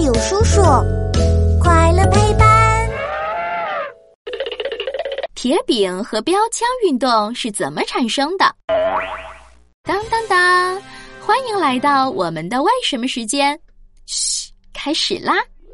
有叔叔，快乐陪伴。 铁饼和标枪运动是怎么产生的？当当当，欢迎来到我们的为什么时间。嘘，开始啦！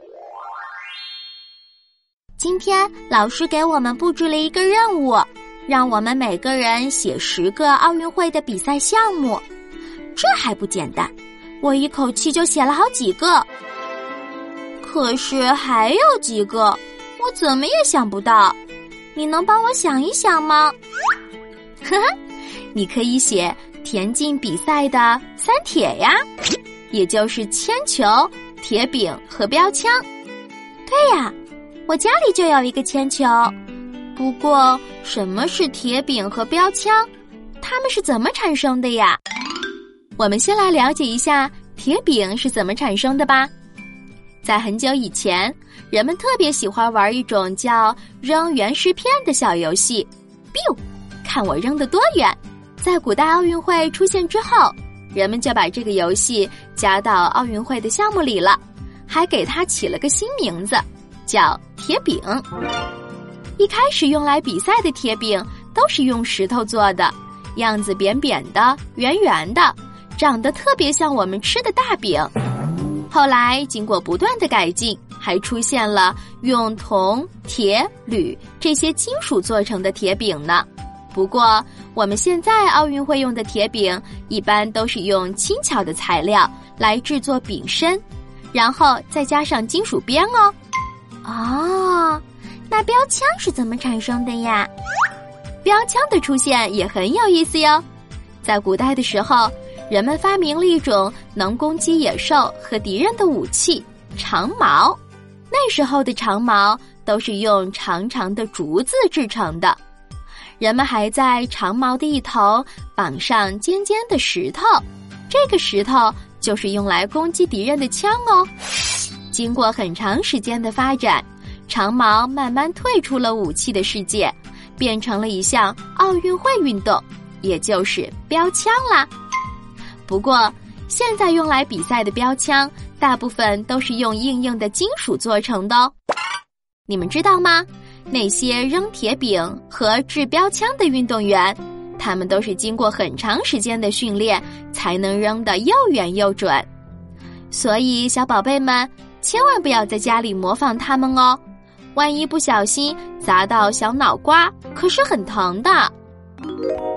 今天老师给我们布置了一个任务，让我们每个人写10个奥运会的比赛项目。这还不简单，我一口气就写了好几个。可是还有几个我怎么也想不到，你能帮我想一想吗？ 呵呵，你可以写田径比赛的3铁呀，也就是铅球、铁饼和标枪。 对呀，我家里就有一个铅球。不过什么是铁饼和标枪？它们是怎么产生的呀？ 我们先来了解一下铁饼是怎么产生的吧。在很久以前，人们特别喜欢玩一种叫扔圆石片的小游戏。biu， 看我扔得多远。在古代奥运会出现之后，人们就把这个游戏加到奥运会的项目里了，还给它起了个新名字，叫铁饼。一开始用来比赛的铁饼都是用石头做的，样子扁扁的、圆圆的，长得特别像我们吃的大饼。后来经过不断的改进，还出现了用铜、铁、铝这些金属做成的铁饼呢。不过我们现在奥运会用的铁饼一般都是用轻巧的材料来制作饼身，然后再加上金属边哦。 哦，那标枪是怎么产生的呀？ 标枪的出现也很有意思哟。在古代的时候，人们发明了一种能攻击野兽和敌人的武器——长矛。那时候的长矛都是用长长的竹子制成的，人们还在长矛的一头绑上尖尖的石头，这个石头就是用来攻击敌人的枪哦。经过很长时间的发展，长矛慢慢退出了武器的世界，变成了一项奥运会运动，也就是标枪啦。不过现在用来比赛的标枪大部分都是用硬硬的金属做成的哦。你们知道吗？那些扔铁饼和制标枪的运动员，他们都是经过很长时间的训练才能扔得又远又准。所以小宝贝们千万不要在家里模仿他们哦，万一不小心砸到小脑瓜，可是很疼的。